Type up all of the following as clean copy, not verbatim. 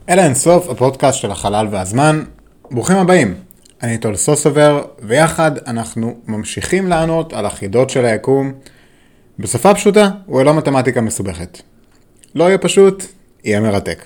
אלה אינסוף, הפודקאסט של החלל והזמן. ברוכים הבאים. אני טול סוסובר, ויחד אנחנו ממשיכים לענות על החידות של היקום. בשפה פשוטה, הוא לא מתמטיקה מסובכת. לא יהיה פשוט, יהיה מרתק.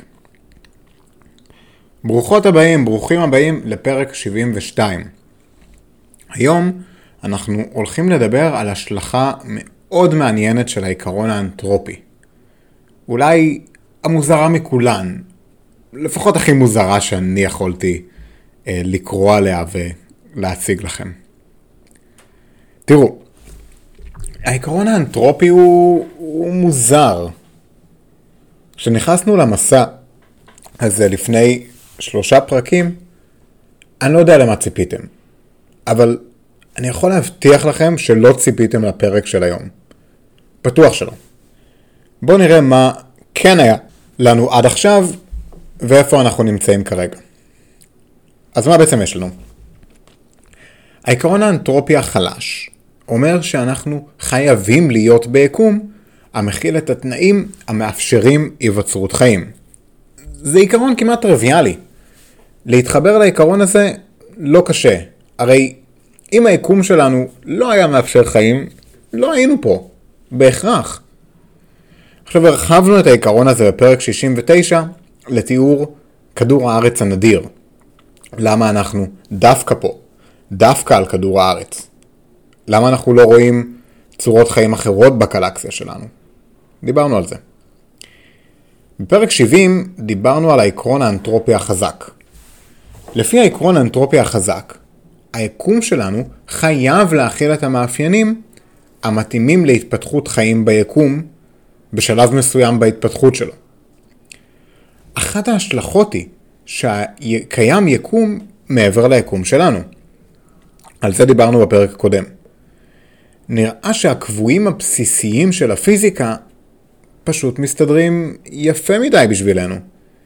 ברוכות הבאים, ברוכים הבאים לפרק 72. היום אנחנו הולכים לדבר על השלכה מאוד מעניינת של העיקרון האנטרופי. אולי המוזרה מכולן, לפחות הכי מוזרה שאני יכולתי לקרוא עליה ולהציג לכם. תראו, העיקרון האנטרופי הוא מוזר. כשנכנסנו למסע הזה לפני 3 פרקים, אני לא יודע למה ציפיתם. אבל אני יכול להבטיח לכם שלא ציפיתם לפרק של היום. בטוח שלא. בואו נראה מה כן היה לנו עד עכשיו, ואיפה אנחנו נמצאים כרגע. אז מה בעצם יש לנו? העיקרון האנטרופי החלש אומר שאנחנו חייבים להיות ביקום המכיל את התנאים המאפשרים היווצרות חיים. זה עיקרון כמעט טריוויאלי. להתחבר לעיקרון הזה לא קשה. הרי אם היקום שלנו לא היה מאפשר חיים, לא היינו פה. בהכרח. עכשיו הרחבנו את העיקרון הזה בפרק 69 לתיאור כדור הארץ הנדיר. למה אנחנו דווקא פה? דווקא על כדור הארץ. למה אנחנו לא רואים צורות חיים אחרות בגלקסיה שלנו? דיברנו על זה. בפרק 70 דיברנו על העקרון האנטרופי החזק. לפי העקרון האנטרופי החזק, היקום שלנו חייב להכיל את המאפיינים המתאימים להתפתחות חיים ביקום בשלב מסוים בהתפתחות שלו. אחת ההשלכות היא שקיים יקום מעבר ליקום שלנו. על זה דיברנו בפרק הקודם. נראה שהקבועים הבסיסיים של הפיזיקה פשוט מסתדרים יפה מדי בשבילנו.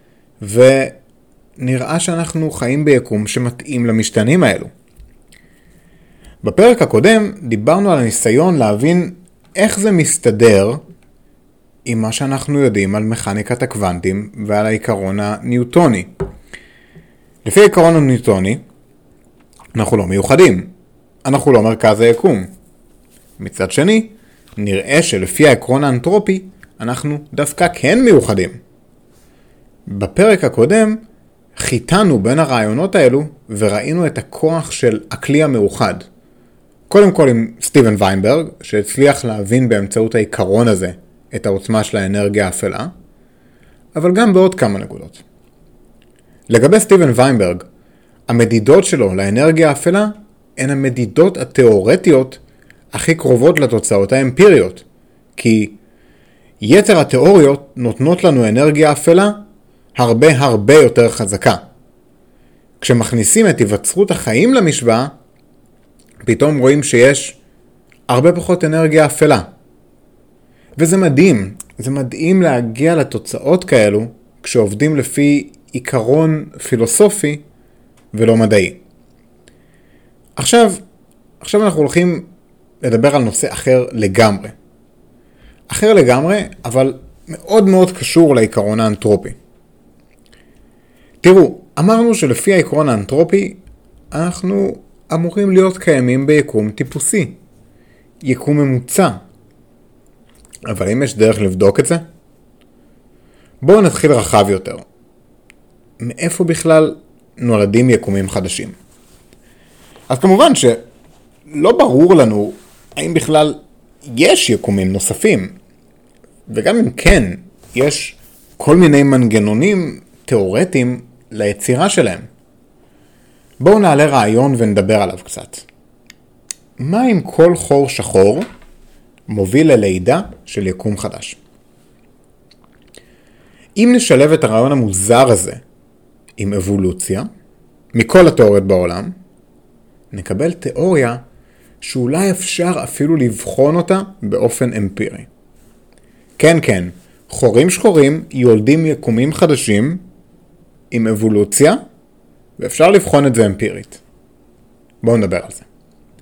ונראה שאנחנו חיים ביקום שמתאים למשתנים האלו. בפרק הקודם דיברנו על הניסיון להבין איך זה מסתדר עם מה שאנחנו יודעים על מכניקת הקוונטים ועל העיקרון הניוטוני. לפי העיקרון הניוטוני, אנחנו לא מיוחדים. אנחנו לא מרכז היקום. מצד שני, נראה שלפי העקרון האנטרופי, אנחנו דווקא כן מיוחדים. בפרק הקודם, חיתנו בין הרעיונות האלו וראינו את הכוח של הכלי המאוחד. קודם כל עם סטיבן ויינברג, שהצליח להבין באמצעות העיקרון הזה את העוצמה של האנרגיה האפלה, אבל גם בעוד כמה נקודות. לגבי סטיבן ויינברג, המדידות שלו לאנרגיה האפלה הן המדידות התיאורטיות הכי קרובות לתוצאות האמפיריות, כי יתר התיאוריות נותנות לנו אנרגיה אפלה הרבה יותר חזקה. כשמכניסים את היווצרות החיים למשוואה, פתאום רואים שיש הרבה פחות אנרגיה אפלה. וזה מדהים, זה מדהים להגיע לתוצאות כאלו כשעובדים לפי עיקרון פילוסופי ולא מדעי. עכשיו אנחנו הולכים לדבר על נושא אחר לגמרי. אחר לגמרי, אבל מאוד קשור לעיקרון האנטרופי. תראו, אמרנו שלפי העיקרון האנטרופי, אנחנו אמורים להיות קיימים ביקום טיפוסי. יקום ממוצע. אבל אם יש דרך לבדוק את זה? בואו נתחיל רחב יותר. מאיפה בכלל נולדים יקומים חדשים? אז כמובן שלא ברור לנו האם בכלל יש יקומים נוספים. וגם אם כן, יש כל מיני מנגנונים תיאורטיים ליצירה שלהם. בואו נעלה רעיון ונדבר עליו קצת. מה אם כל חור שחור מוביל ללידה של יקום חדש? אם נשלב את הרעיון המוזר הזה עם אבולוציה, מכל התיאוריות בעולם, נקבל תיאוריה שאולי אפשר אפילו לבחון אותה באופן אמפירי. כן, חורים שחורים יולדים יקומים חדשים עם אבולוציה, ואפשר לבחון את זה אמפירית. בואו נדבר על זה.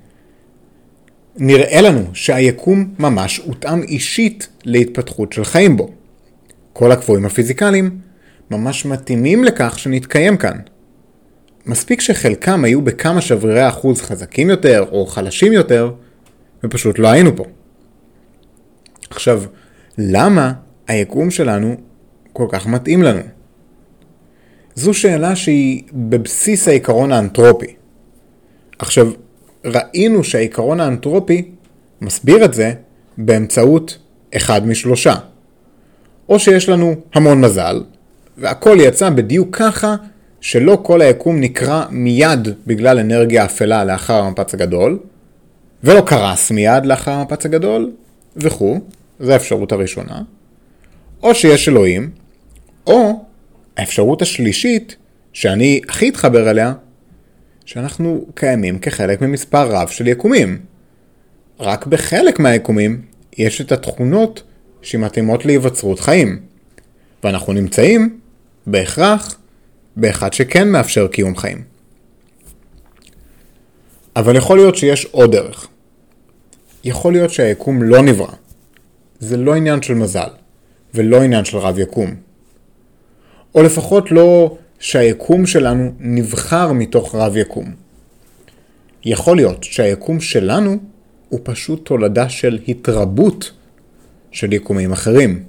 נראה לנו שהיקום ממש הותאם אישית להתפתחות של חיים בו. כל הקבועים הפיזיקליים ממש מתאימים לכך שנתקיים כאן. מספיק שחלקם היו בכמה שברירי אחוז חזקים יותר או חלשים יותר, ופשוט לא היינו פה. עכשיו, למה היקום שלנו כל כך מתאים לנו? זו שאלה שהיא בבסיס העיקרון האנתרופי. עכשיו, ראינו שהעיקרון האנתרופי מסביר את זה באמצעות אחד משלושה. או שיש לנו המון מזל, והכל יצא בדיוק ככה שלא כל היקום נקרא מיד בגלל אנרגיה אפלה לאחר המפץ הגדול, ולא קרס מיד לאחר המפץ הגדול, וכו', זו האפשרות הראשונה. או שיש אלוהים, או האפשרות השלישית, שאני הכי אתחבר אליה, שאנחנו קיימים כחלק ממספר רב של יקומים. רק בחלק מהיקומים יש את התכונות שמתאימות להיווצרות חיים. ואנחנו נמצאים בהכרח באחד שכן מאפשר קיום חיים. אבל יכול להיות שיש עוד דרך. יכול להיות שהיקום לא נברא. זה לא עניין של מזל, ולא עניין של רב יקום. או לפחות לא שהיקום שלנו נבחר מתוך רב יקום. יכול להיות שהיקום שלנו הוא פשוט תולדה של התרבות של יקומים אחרים.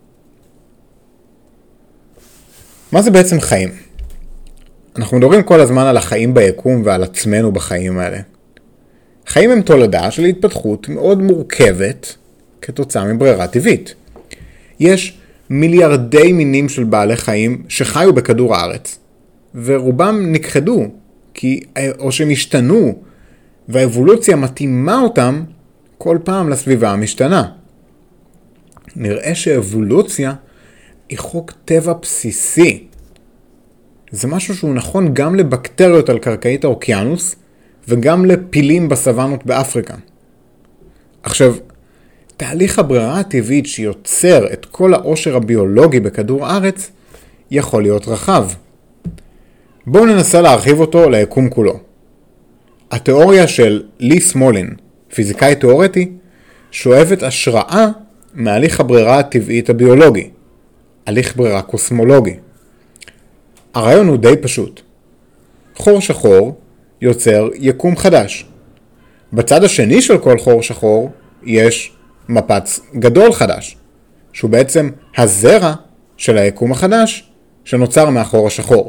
מה זה בעצם חיים? אנחנו מדברים כל הזמן על החיים ביקום ועל עצמנו בחיים האלה. חיים הם תולדה של התפתחות מאוד מורכבת כתוצאה מברירה טבעית. יש מיליארדי מינים של בעלי חיים שחיו בכדור הארץ, ורובם נכחדו או שהם השתנו, והאבולוציה מתאימה אותם כל פעם לסביבה המשתנה. נראה שאבולוציה היא חוק טבע בסיסי. זה משהו שהוא נכון גם לבקטריות על קרקעית האוקיינוס, וגם לפילים בסוונות באפריקה. עכשיו, תהליך הברירה הטבעית שיוצר את כל העושר הביולוגי בכדור הארץ, יכול להיות רחב. בואו ננסה להרחיב אותו ליקום כולו. התיאוריה של לי סמולין, פיזיקאי תיאורטי, שואבת השראה מהליך הברירה הטבעית הביולוגי, הליך ברירה קוסמולוגי. הרעיון הוא די פשוט. חור שחור יוצר יקום חדש. בצד השני של כל חור שחור יש מפץ גדול חדש, שהוא בעצם הזרע של היקום החדש שנוצר מהחור השחור.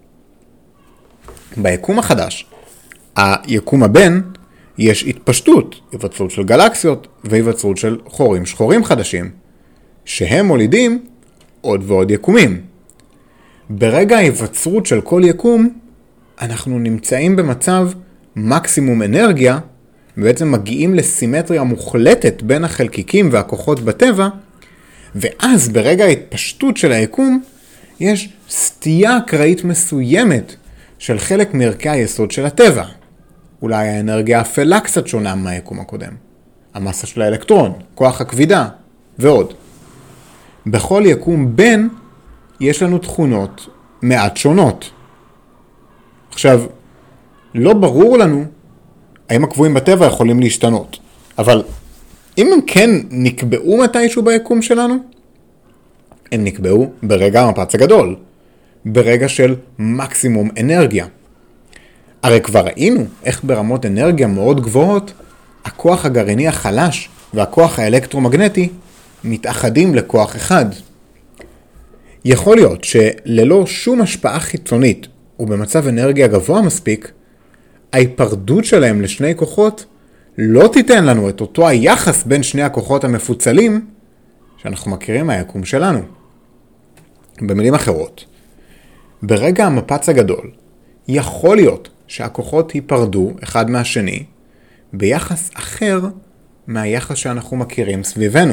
ביקום החדש, היקום הבן, יש התפשטות, היווצרות של גלקסיות והיווצרות של חורים שחורים חדשים, שהם מולידים עוד ועוד יקומים. ברגע ההיווצרות של כל יקום, אנחנו נמצאים במצב מקסימום אנרגיה, ובעצם מגיעים לסימטריה מוחלטת בין החלקיקים והכוחות בטבע, ואז ברגע ההתפשטות של היקום, יש סטייה אקראית מסוימת של חלק מערכי היסוד של הטבע. אולי האנרגיה האפלה קצת שונה מהיקום הקודם. המסה של האלקטרון, כוח הכבידה ועוד. בכל יקום בן יש לנו תכונות מעט שונות. עכשיו, לא ברור לנו האם הקבועים בטבע יכולים להשתנות. אבל אם הם כן נקבעו מתישהו ביקום שלנו, הם נקבעו ברגע המפץ הגדול. ברגע של מקסימום אנרגיה. הרי כבר ראינו איך ברמות אנרגיה מאוד גבוהות, הכוח הגרעיני החלש והכוח האלקטרומגנטי מתאחדים לכוח אחד. יכול להיות שללא שום השפעה חיצונית ובמצב אנרגיה גבוה מספיק, ההיפרדות שלהם לשני כוחות לא תיתן לנו את אותו היחס בין שני הכוחות המפוצלים שאנחנו מכירים מהיקום שלנו. במילים אחרות, ברגע המפץ הגדול, יכול להיות שהכוחות ייפרדו אחד מהשני ביחס אחר מהיחס שאנחנו מכירים סביבנו.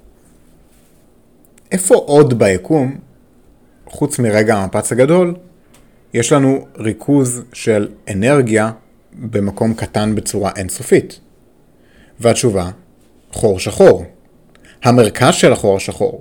איפה עוד ביקום, חוץ מרגע המפץ הגדול, יש לנו ריכוז של אנרגיה במקום קטן בצורה אינסופית? והתשובה, חור שחור. המרכז של החור השחור.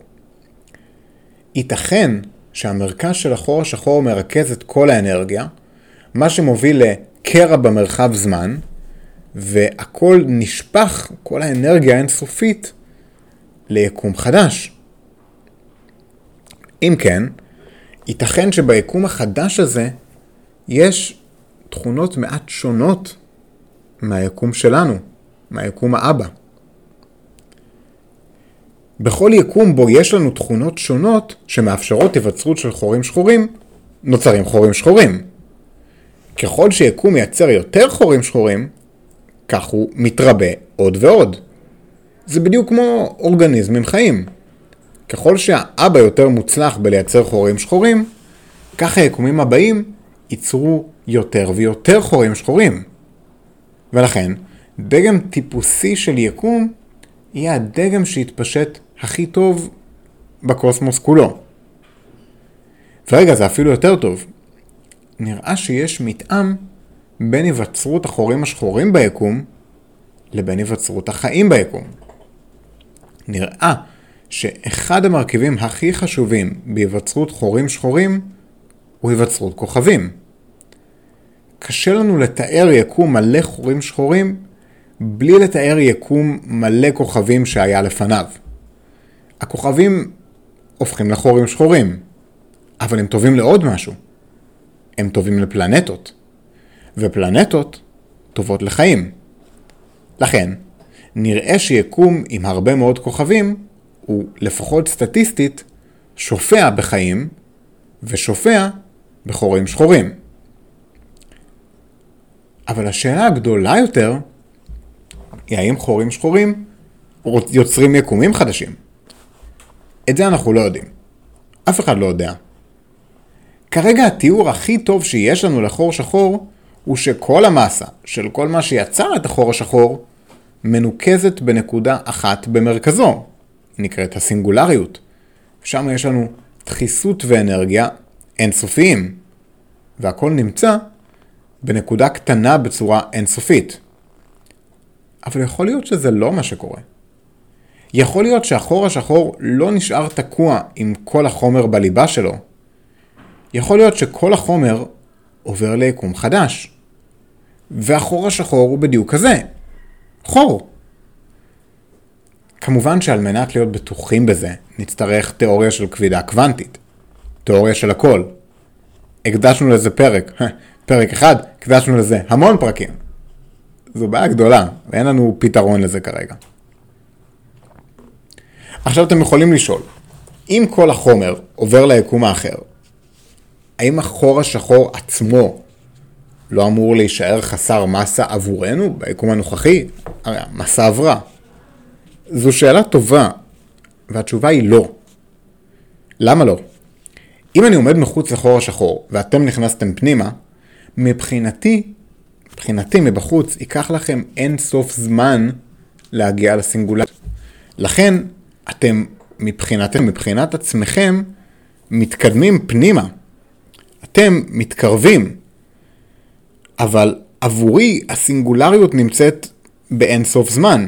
ייתכן שהמרכז של החור השחור מרכז את כל האנרגיה, מה שמוביל לקרע במרחב זמן, והכל נשפך, כל האנרגיה האינסופית, ליקום חדש. אם כן, ייתכן שביקום החדש הזה יש תכונות מעט שונות מהיקום שלנו, מהיקום האבא. בכל יקום בו יש לנו תכונות שונות שמאפשרות היווצרות של חורים שחורים, נוצרים חורים שחורים. ככל שיקום מייצר יותר חורים שחורים, כך הוא מתרבה עוד ועוד. זה בדיוק כמו אורגניזמים חיים. ככל שהאבא יותר מוצלח בלייצר חורים שחורים, כך היקומים הבאים ייצרו יותר ויותר חורים שחורים. ולכן, דגם טיפוסי של יקום יהיה הדגם שיתפשט הכי טוב בקוסמוס כולו. ורגע, זה אפילו יותר טוב. נראה שיש מתאם בין היווצרות החורים השחורים ביקום לבין היווצרות החיים ביקום. נראה שאחד המרכיבים הכי חשובים בהיווצרות חורים שחורים הוא היווצרות כוכבים. קשה לנו לתאר יקום מלא חורים שחורים בלי לתאר יקום מלא כוכבים שהיה לפניו. הכוכבים הופכים לחורים שחורים, אבל הם טובים לעוד משהו. הם טובים לפלנטות, ופלנטות טובות לחיים. לכן, נראה שיקום עם הרבה מאוד כוכבים הוא לפחות סטטיסטית שופע בחיים ושופע בחורים שחורים. אבל השאלה הגדולה יותר היא האם חורים שחורים יוצרים יקומים חדשים. את זה אנחנו לא יודעים. אף אחד לא יודע. כרגע התיאור הכי טוב שיש לנו לחור שחור הוא שכל המסה של כל מה שיצר את החור השחור מנוקזת בנקודה אחת במרכזו. היא נקראת הסינגולריות. שם יש לנו דחיסות ואנרגיה אינסופיים. והכל נמצא בנקודה קטנה בצורה אינסופית. אבל יכול להיות שזה לא מה שקורה. יכול להיות שהחור השחור לא נשאר תקוע עם כל החומר בליבה שלו. יכול להיות שכל החומר עובר ליקום חדש. והחור השחור הוא בדיוק כזה. חור. כמובן שעל מנת להיות בטוחים בזה, נצטרך תיאוריה של כבידה קוונטית. תיאוריה של הכל. הקדשנו לזה פרק אחד, הקדשנו לזה המון פרקים. זו בעיה גדולה, ואין לנו פתרון לזה כרגע. עכשיו אתם יכולים לשאול, אם כל החומר עובר ליקום האחר, האם החור השחור עצמו לא אמור להישאר חסר מסה עבורנו ביקום הנוכחי? הרי המסה עברה. זו שאלה טובה, והתשובה היא לא. למה לא? אם אני עומד מחוץ לחור השחור, ואתם נכנסתם פנימה, מבחינתי מבחוץ, ייקח לכם אין סוף זמן להגיע לסינגולריות. לכן, אתם מבחינת עצמכם, מתקדמים פנימה. אתם מתקרבים. אבל עבורי הסינגולריות נמצאת באין סוף זמן.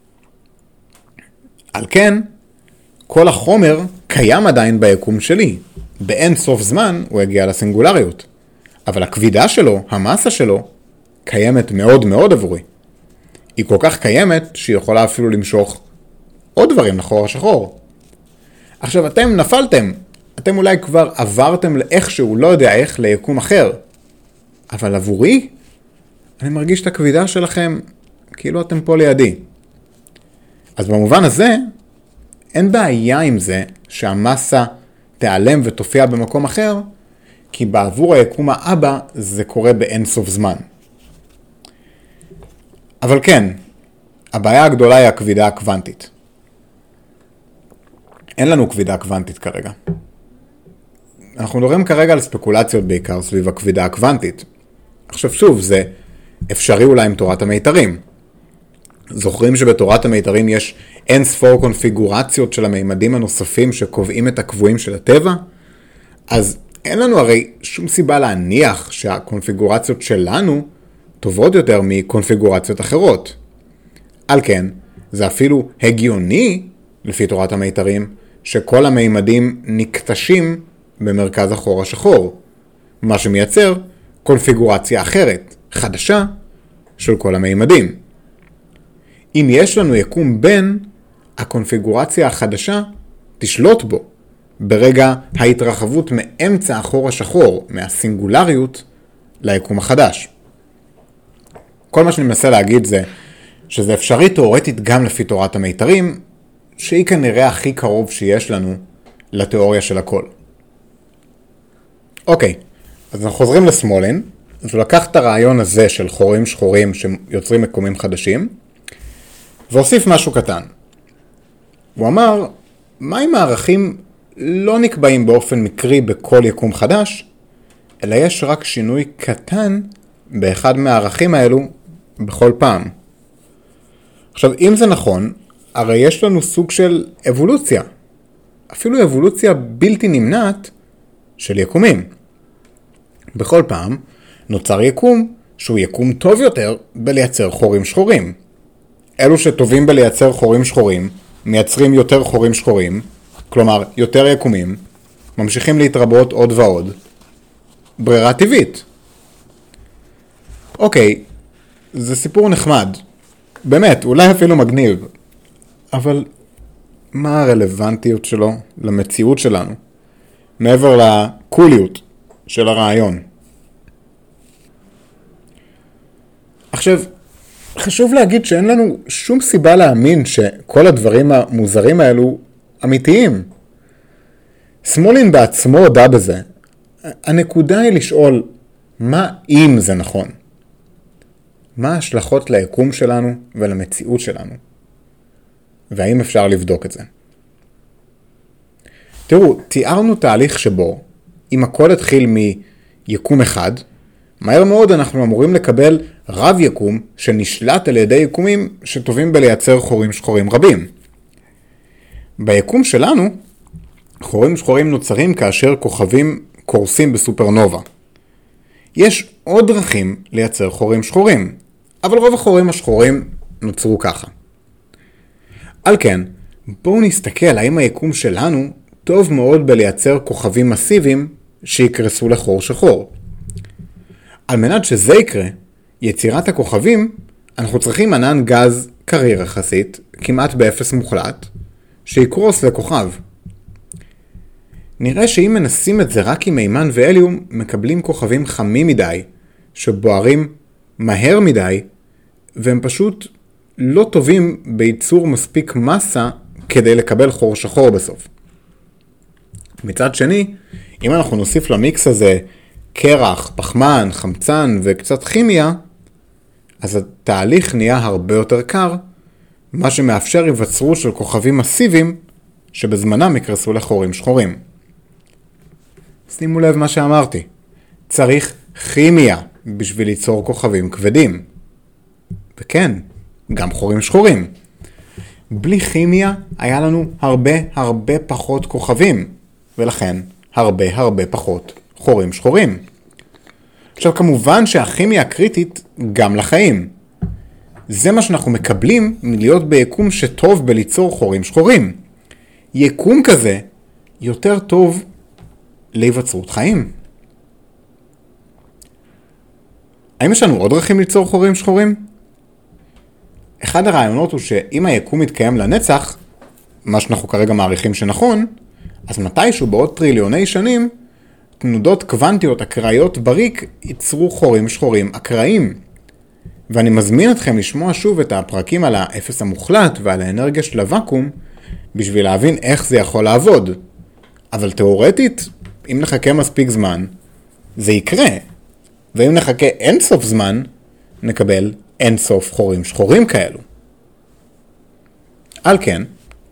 על כן, כל החומר קיים עדיין ביקום שלי. באין סוף זמן הוא יגיע לסינגולריות. אבל הכבידה שלו, המסה שלו, קיימת מאוד מאוד עבורי. היא כל כך קיימת שהיא יכולה אפילו למשוך עוד דברים לחור השחור. עכשיו אתם נפלתם. אתם אולי כבר עברתם לאיכשהו, לא יודע איך, ליקום אחר. אבל עבורי, אני מרגיש את הכבידה שלכם כאילו אתם פה לידי. אז במובן הזה, אין בעיה עם זה שהמסה תיעלם ותופיע במקום אחר, כי בעבור היקום האבא זה קורה באין סוף זמן. אבל כן, הבעיה הגדולה היא הכבידה הקוונטית. אין לנו כבידה קוונטית כרגע. אנחנו מדברים כרגע על ספקולציות בעיקר סביב הכבידה הקוונטית. עכשיו שוב, זה אפשרי אולי עם תורת המיתרים. זוכרים שבתורת המיתרים יש אין ספור קונפיגורציות של המימדים הנוספים שקובעים את הקבועים של הטבע? אז אין לנו הרי שום סיבה להניח שהקונפיגורציות שלנו טובות יותר מקונפיגורציות אחרות. על כן, זה אפילו הגיוני, לפי תורת המיתרים, שכל המימדים נקטשים במרכז החור השחור, מה שמייצר קונפיגורציה אחרת, חדשה, של כל המימדים. אם יש לנו יקום בן, הקונפיגורציה החדשה תשלוט בו, ברגע ההתרחבות מאמצע החור השחור, מהסינגולריות, ליקום החדש. כל מה שאני מנסה להגיד זה שזה אפשרי תיאורטית גם לפי תורת המיתרים, שהיא כנראה הכי קרוב שיש לנו לתיאוריה של הכל. אוקיי, אז אנחנו חוזרים לסמולין, אז הוא לקח את הרעיון הזה של חורים שחורים שיוצרים יקומים חדשים, והוסיף משהו קטן. הוא אמר, מה אם הערכים לא נקבעים באופן מקרי בכל יקום חדש, אלא יש רק שינוי קטן באחד מהערכים האלו בכל פעם. עכשיו, אם זה נכון, הרי יש לנו סוג של אבולוציה, אפילו אבולוציה בלתי נמנעת של יקומים. בכל פעם נוצר יקום שהוא יקום טוב יותר בלייצר חורים שחורים. אלו שטובים בלייצר חורים שחורים מייצרים יותר חורים שחורים, כלומר יותר יקומים, ממשיכים להתרבות עוד ועוד. ברירה טבעית. אוקיי, זה סיפור נחמד. באמת, אולי אפילו מגניב. אבל מה הרלוונטיות שלו למציאות שלנו? מעבר לקוליות של הרעיון. עכשיו, חשוב להגיד שאין לנו שום סיבה להאמין שכל הדברים המוזרים האלו אמיתיים. סמולין בעצמו הודה בזה. הנקודה היא לשאול, מה אם זה נכון? מה ההשלכות ליקום שלנו ולמציאות שלנו? והאם אפשר לבדוק את זה? תראו, תיארנו תהליך שבו, אם הכל התחיל מיקום אחד, מהר מאוד אנחנו אמורים לקבל רב יקום שנשלט על ידי יקומים שטובים בלייצר חורים שחורים רבים. ביקום שלנו, חורים שחורים נוצרים כאשר כוכבים קורסים בסופרנובה. יש עוד דרכים לייצר חורים שחורים, אבל רוב החורים השחורים נוצרו ככה. על כן, בואו נסתכל האם היקום שלנו טוב מאוד בלייצר כוכבים מסיביים שיקרסו לחור שחור. על מנת שזה יקרה, יצירת הכוכבים, אנחנו צריכים ענן גז קריר יחסית, כמעט באפס מוחלט, שיקרוס לכוכב. נראה שאם מנסים את זה רק עם מימן והליום, מקבלים כוכבים חמים מדי, שבוערים מהר מדי, והם פשוט לא טובים בייצור מספיק מסה כדי לקבל חור שחור בסוף. מצד שני, אם אנחנו נוסיף למיקס הזה קרח, פחמן, חמצן וקצת כימיה, אז התהליך נהיה הרבה יותר קר, מה שמאפשר היווצרות של כוכבים מסיביים שבזמנם יקרסו לחורים שחורים. שימו לב מה שאמרתי, צריך כימיה בשביל ליצור כוכבים כבדים. וכן, גם חורים שחורים. בלי כימיה היה לנו הרבה פחות כוכבים, ולכן הרבה פחות חורים שחורים. עכשיו כמובן שהכימיה קריטית גם לחיים. זה מה שאנחנו מקבלים מלהיות ביקום שטוב בליצור חורים שחורים. יקום כזה יותר טוב להיווצרות חיים. האם יש לנו עוד דרכים ליצור חורים שחורים? אחד הרעיונות הוא שאם היקום יתקיים לנצח, מה שאנחנו כרגע מעריכים שנכון, אז מתישהו בעוד טריליוני שנים, תנודות קוונטיות אקראיות בריק ייצרו חורים שחורים אקראיים. ואני מזמין אתכם לשמוע שוב את הפרקים על האפס המוחלט ועל האנרגיה של הוואקום, בשביל להבין איך זה יכול לעבוד. אבל תיאורטית, אם נחכה מספיק זמן, זה יקרה. ואם נחכה אינסוף זמן, נקבל אינסוף חורים שחורים כאלו. על כן,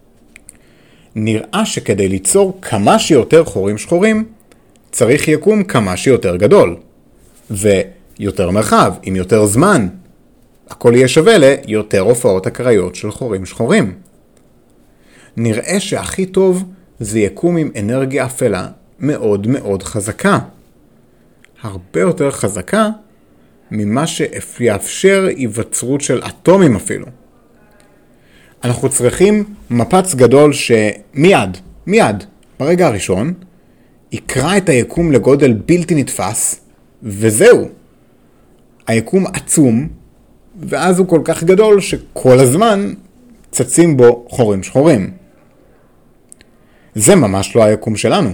נראה שכדי ליצור כמה שיותר חורים שחורים, צריך יקום כמה שיותר גדול. ויותר מרחב, עם יותר זמן. הכל יהיה שווה ליותר הופעות אקראיות של חורים שחורים. נראה שהכי טוב זה יקום עם אנרגיה אפלה מאוד חזקה. הרבה יותר חזקה ממה שיאפשר היווצרות של אטומים אפילו. אנחנו צריכים מפץ גדול שמיד, ברגע הראשון, יקרא את היקום לגודל בלתי נתפס, וזהו. היקום עצום, ואז הוא כל כך גדול שכל הזמן צצים בו חורים שחורים. זה ממש לא היקום שלנו.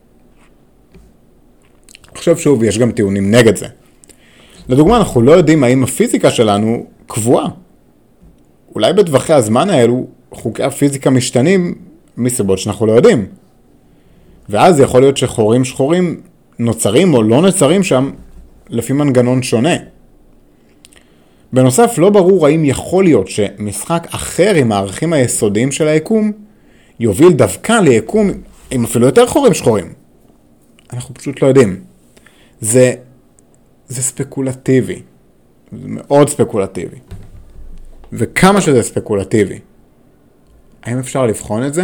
עכשיו שוב, יש גם טיעונים נגד זה. לדוגמה, אנחנו לא יודעים האם הפיזיקה שלנו קבועה. אולי בטווחי הזמן האלו, חוקי הפיזיקה משתנים מסיבות שאנחנו לא יודעים. ואז יכול להיות שחורים שחורים נוצרים או לא נוצרים שם לפי מנגנון שונה. בנוסף, לא ברור האם יכול להיות שמשחק אחר עם הערכים היסודיים של היקום יוביל דווקא ליקום עם אפילו יותר חורים שחורים. אנחנו פשוט לא יודעים. זה ספקולטיבי. זה מאוד ספקולטיבי. וכמה שזה ספקולטיבי, האם אפשר לבחון את זה?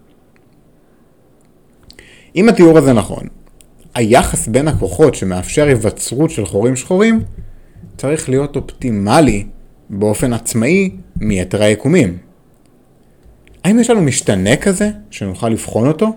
אם התיאור הזה נכון, היחס בין הכוחות שמאפשר היווצרות של חורים שחורים צריך להיות אופטימלי באופן עצמאי מיתר היקומים. האם יש לנו משתנה כזה שנוכל לבחון אותו?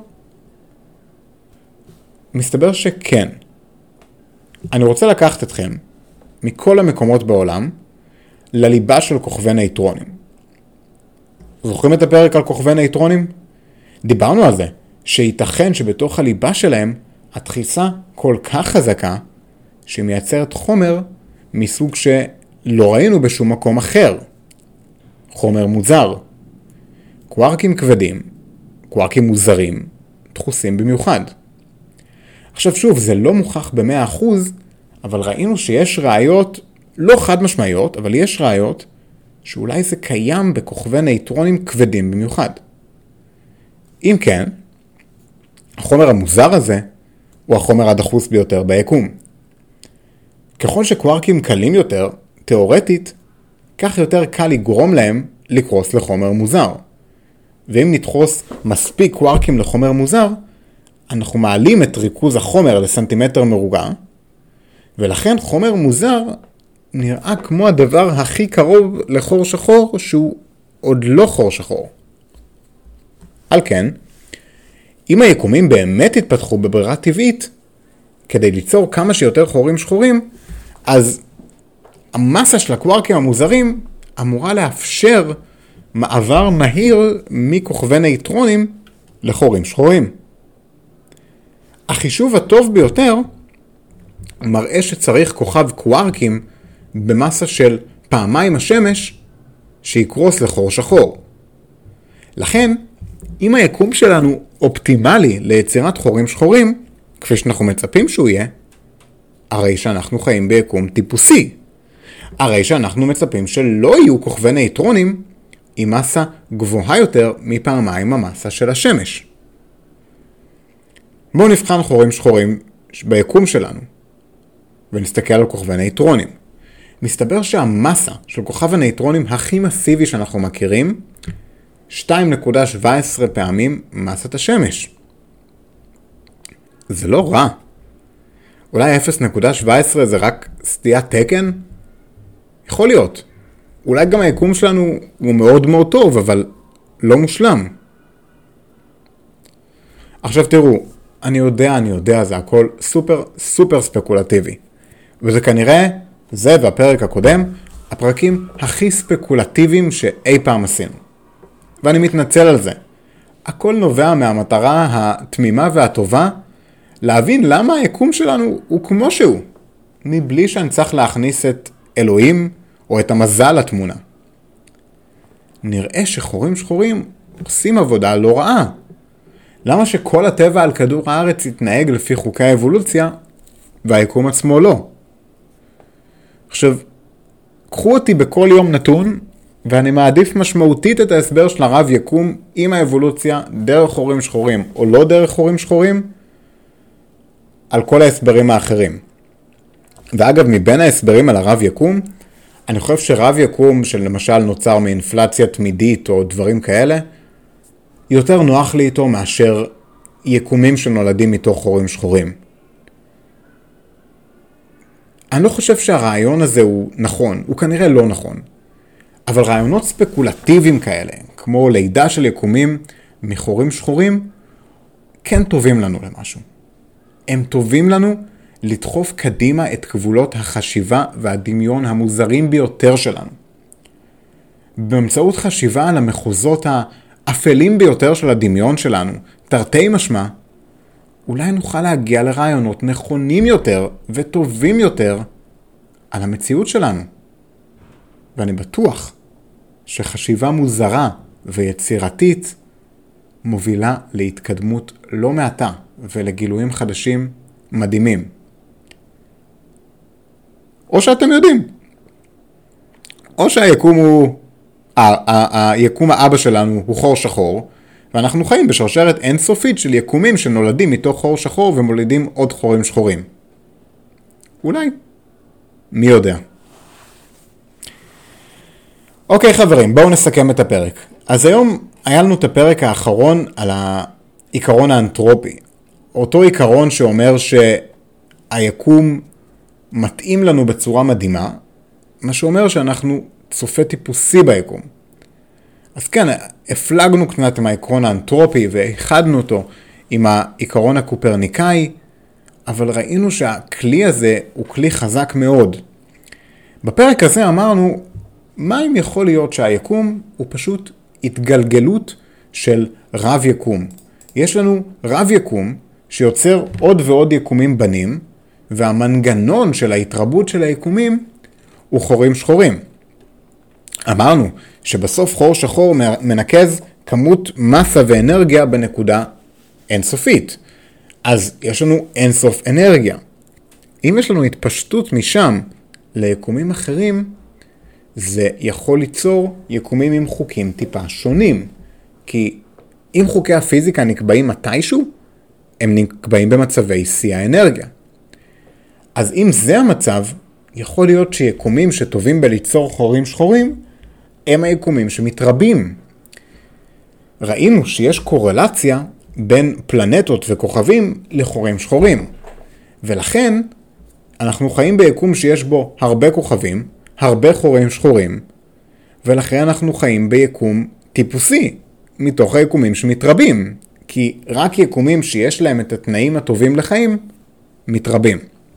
מסתבר שכן. אני רוצה לקחת אתכם מכל המקומות בעולם לליבה של כוכבי נייטרונים. זוכרים את הפרק על כוכבי נייטרונים? דיברנו על זה, שייתכן שבתוך הליבה שלהם הדחיסה כל כך חזקה שהיא מייצרת חומר מסוג שלא ראינו בשום מקום אחר. חומר מוזר. קווארקים כבדים, קווארקים מוזרים, דחוסים במיוחד. עכשיו שוב, זה לא מוכח ב100%, אבל ראינו שיש ראיות, לא חד משמעיות, אבל יש ראיות שאולי זה קיים בכוכבי נייטרונים כבדים במיוחד. אם כן, החומר המוזר הזה הוא החומר הדחוס ביותר ביקום. ככל שקווארקים קלים יותר, תיאורטית, כך יותר קל לגרום להם לקרוס לחומר מוזר. ואם נדחוס מספיק קווארקים לחומר מוזר, אנחנו מעלים את ריכוז החומר לסנטימטר מרובע, ולכן חומר מוזר נראה כמו הדבר הכי קרוב לחור שחור שהוא עוד לא חור שחור. על כן, אם היקומים באמת התפתחו בברירה טבעית, כדי ליצור כמה שיותר חורים שחורים, אז המסה של הקווארקים המוזרים אמורה לאפשר מעבר מהיר מכוכבי נייטרונים לחורים שחורים. החישוב הטוב ביותר מראה שצריך כוכב קווארקים במסה של פעמיים השמש שיקרוס לחור שחור. לכן, אם היקום שלנו אופטימלי ליצירת חורים שחורים, כפי שאנחנו מצפים שהוא יהיה, הרי שאנחנו חיים ביקום טיפוסי. הרי שאנחנו מצפים שלא יהיו כוכבי נייטרונים עם מסה גבוהה יותר מפעמיים המסה של השמש. בואו נבחן חורים שחורים ביקום שלנו, ונסתכל על כוכבי נייטרונים. מסתבר שהמסה של כוכב הנייטרונים הכי מסיבי שאנחנו מכירים, 2.17 פעמים מסת השמש. זה לא רע. אולי 0.17 זה רק סטיית תקן? יכול להיות. אולי גם היקום שלנו הוא מאוד מאוד טוב, אבל לא מושלם. עכשיו תראו, אני יודע, זה הכל סופר ספקולטיבי. וזה כנראה, זה והפרק הקודם, הפרקים הכי ספקולטיביים שאי פעם עשינו. ואני מתנצל על זה. הכל נובע מהמטרה התמימה והטובה, להבין למה היקום שלנו הוא כמו שהוא, מבלי שאני צריך להכניס את אלוהים או את המזל לתמונה. נראה שחורים שחורים עושים עבודה לא רעה. למה שכל הטבע על כדור הארץ יתנהג לפי חוקי האבולוציה, והיקום עצמו לא? עכשיו, קחו אותי בכל יום נתון, ואני מעדיף משמעותית את ההסבר של הרב יקום עם האבולוציה דרך חורים שחורים או לא דרך חורים שחורים, על כל ההסברים האחרים. ואגב, מבין ההסברים על הרב יקום, אני חושב שרב יקום שלמשל נוצר מאינפלציה תמידית או דברים כאלה, יותר נוח לי איתו מאשר יקומים שנולדים מתוך חורים שחורים. אני לא חושב שהרעיון הזה הוא נכון, הוא כנראה לא נכון. אבל רעיונות ספקולטיביים כאלה, כמו לידה של יקומים מחורים שחורים, כן טובים לנו למשהו. הם טובים לנו לדחוף קדימה את גבולות החשיבה והדמיון המוזרים ביותר שלנו. באמצעות חשיבה על המחוזות האפלים ביותר של הדמיון שלנו, תרתי משמע, אולי נוכל להגיע לרעיונות נכונים יותר וטובים יותר על המציאות שלנו. ואני בטוח שחשיבה מוזרה ויצירתית מובילה להתקדמות לא מעטה ולגילויים חדשים מדהימים. או שאתם יודעים, או שהיקום הוא, היקום האבא שלנו הוא חור שחור, ואנחנו חיים בשרשרת אינסופית של יקומים שנולדים מתוך חור שחור ומולידים עוד חורים שחורים. אולי. מי יודע. אוקיי חברים, בואו נסכם את הפרק. אז היום היה לנו את הפרק האחרון על העיקרון האנתרופי. אותו עיקרון שאומר שהיקום מתאים לנו בצורה מדהימה, מה שאומר שאנחנו צופה טיפוסי ביקום. אז כן, הפלגנו קצת עם העיקרון האנתרופי והחדנו אותו עם העיקרון הקופרניקאי, אבל ראינו שהכלי הזה הוא כלי חזק מאוד. בפרק הזה אמרנו, מה אם יכול להיות שהיקום הוא פשוט התגלגלות של רב יקום. יש לנו רב יקום שיוצר עוד ועוד יקומים בנים, והמנגנון של ההתרבות של היקומים הוא חורים שחורים. אמרנו שבסוף חור שחור מנקז כמות מסה ואנרגיה בנקודה אינסופית. אז יש לנו אינסוף אנרגיה. אם יש לנו התפשטות משם ליקומים אחרים, זה יכול ליצור יקומים עם חוקים טיפה שונים. כי אם חוקי הפיזיקה נקבעים מתישהו, הם נקבעים במצבי שיא האנרגיה. אז אם זה המצב, יכול להיות שיקומים שטובים בליצור חורים שחורים, הם היקומים שמתרבים. ראינו שיש קורלציה בין פלנטות וכוכבים לחורים שחורים. ולכן אנחנו חיים ביקום שיש בו הרבה כוכבים, הרבה חורים שחורים, ולכן אנחנו חיים ביקום טיפוסי, מתוך היקומים שמתרבים, כי רק יקומים שיש להם את התנאים הטובים לחיים, מתרבים.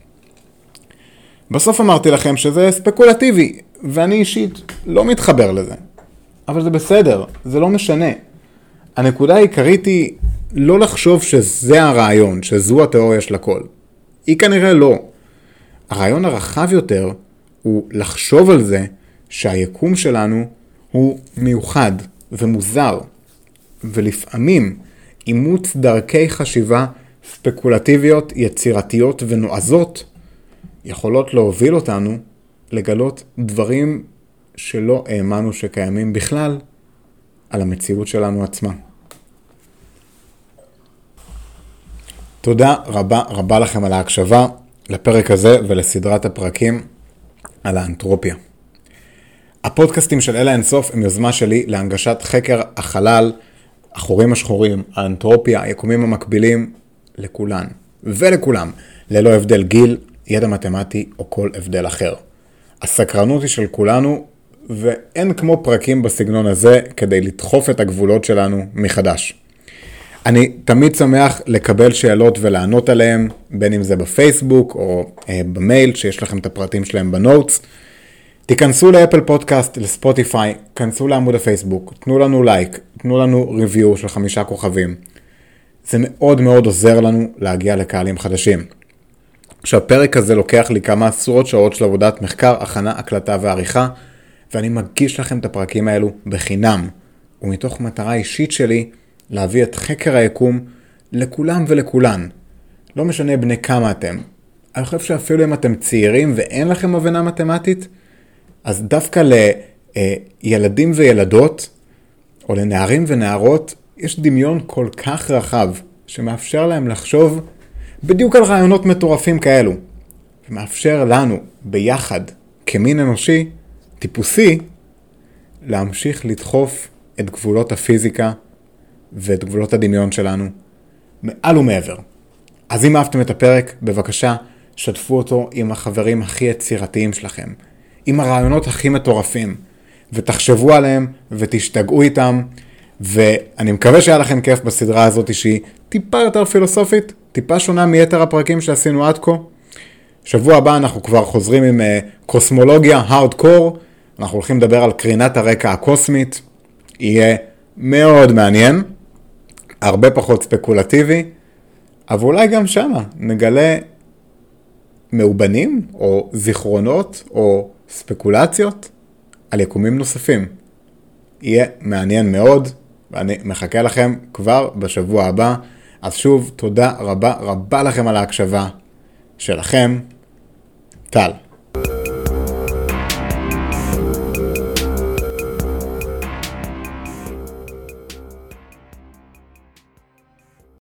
בסוף אמרתי לכם שזה ספקולטיבי, ואני אישית לא מתחבר לזה. אבל זה בסדר, זה לא משנה. הנקודה העיקרית היא לא לחשוב שזה הרעיון, שזו התיאוריה של הכל. היא כנראה לא. הרעיון הרחב יותר הוא לחשוב על זה שהיקום שלנו הוא מיוחד ומוזר, ולפעמים אימוץ דרכי חשיבה ספקולטיביות, יצירתיות ונועזות יכולות להוביל אותנו לגלות דברים שלא האמנו שקיימים בכלל על המציאות שלנו עצמה. תודה רבה רבה לכם על ההקשבה לפרק הזה ולסדרת הפרקים על האנתרופיה. הפודקאסטים של אלה אינסוף הם יוזמה שלי להנגשת חקר החלל, החורים השחורים, האנתרופיה, היקומים המקבילים לכולן ולכולם, ללא הבדל גיל, ידע מתמטי או כל הבדל אחר. הסקרנות היא של כולנו, ואין כמו פרקים בסגנון הזה כדי לדחוף את הגבולות שלנו מחדש. אני תמיד שמח לקבל שאלות ולענות עליהם, בין אם זה בפייסבוק או במייל שיש לכם את הפרטים שלהם בנוטס. תיכנסו לאפל פודקאסט, לספוטיפיי, כנסו לעמוד הפייסבוק, תנו לנו לייק, תנו לנו ריוויו של 5 כוכבים. זה מאוד מאוד עוזר לנו להגיע לקהלים חדשים. שהפרק הזה לוקח לי כמה עשרות שעות של עבודת מחקר, הכנה, הקלטה ועריכה, ואני מגיש לכם את הפרקים האלו בחינם, ומתוך מטרה אישית שלי להביא את חקר היקום לכולם ולכולן. לא משנה בני כמה אתם. אני חושב שאפילו אם אתם צעירים ואין לכם הבנה מתמטית, אז דווקא לילדים וילדות, או לנערים ונערות, יש דמיון כל כך רחב, שמאפשר להם לחשוב בדיוק על רעיונות מטורפים כאלו, ומאפשר לנו ביחד, כמין אנושי, טיפוסי, להמשיך לדחוף את גבולות הפיזיקה ואת גבולות הדמיון שלנו מעל ומעבר. אז אם אהבתם את הפרק, בבקשה, שתפו אותו עם החברים הכי יצירתיים שלכם, עם הרעיונות הכי מטורפים, ותחשבו עליהם ותשתגעו איתם, ואני מקווה שהיה לכם כיף בסדרה הזאת שהיא טיפה יותר פילוסופית, טיפה שונה מיתר הפרקים שעשינו עד כה. שבוע הבא אנחנו כבר חוזרים עם קוסמולוגיה הארדקור, אנחנו הולכים לדבר על קרינת הרקע הקוסמית, יהיה מאוד מעניין. הרבה פחות ספקולטיבי, אבל אולי גם שמה נגלה מאובנים או זיכרונות או ספקולציות על יקומים נוספים. יהיה מעניין מאוד, ואני מחכה לכם כבר בשבוע הבא. אז שוב, תודה רבה רבה לכם על ההקשבה שלכם. טל.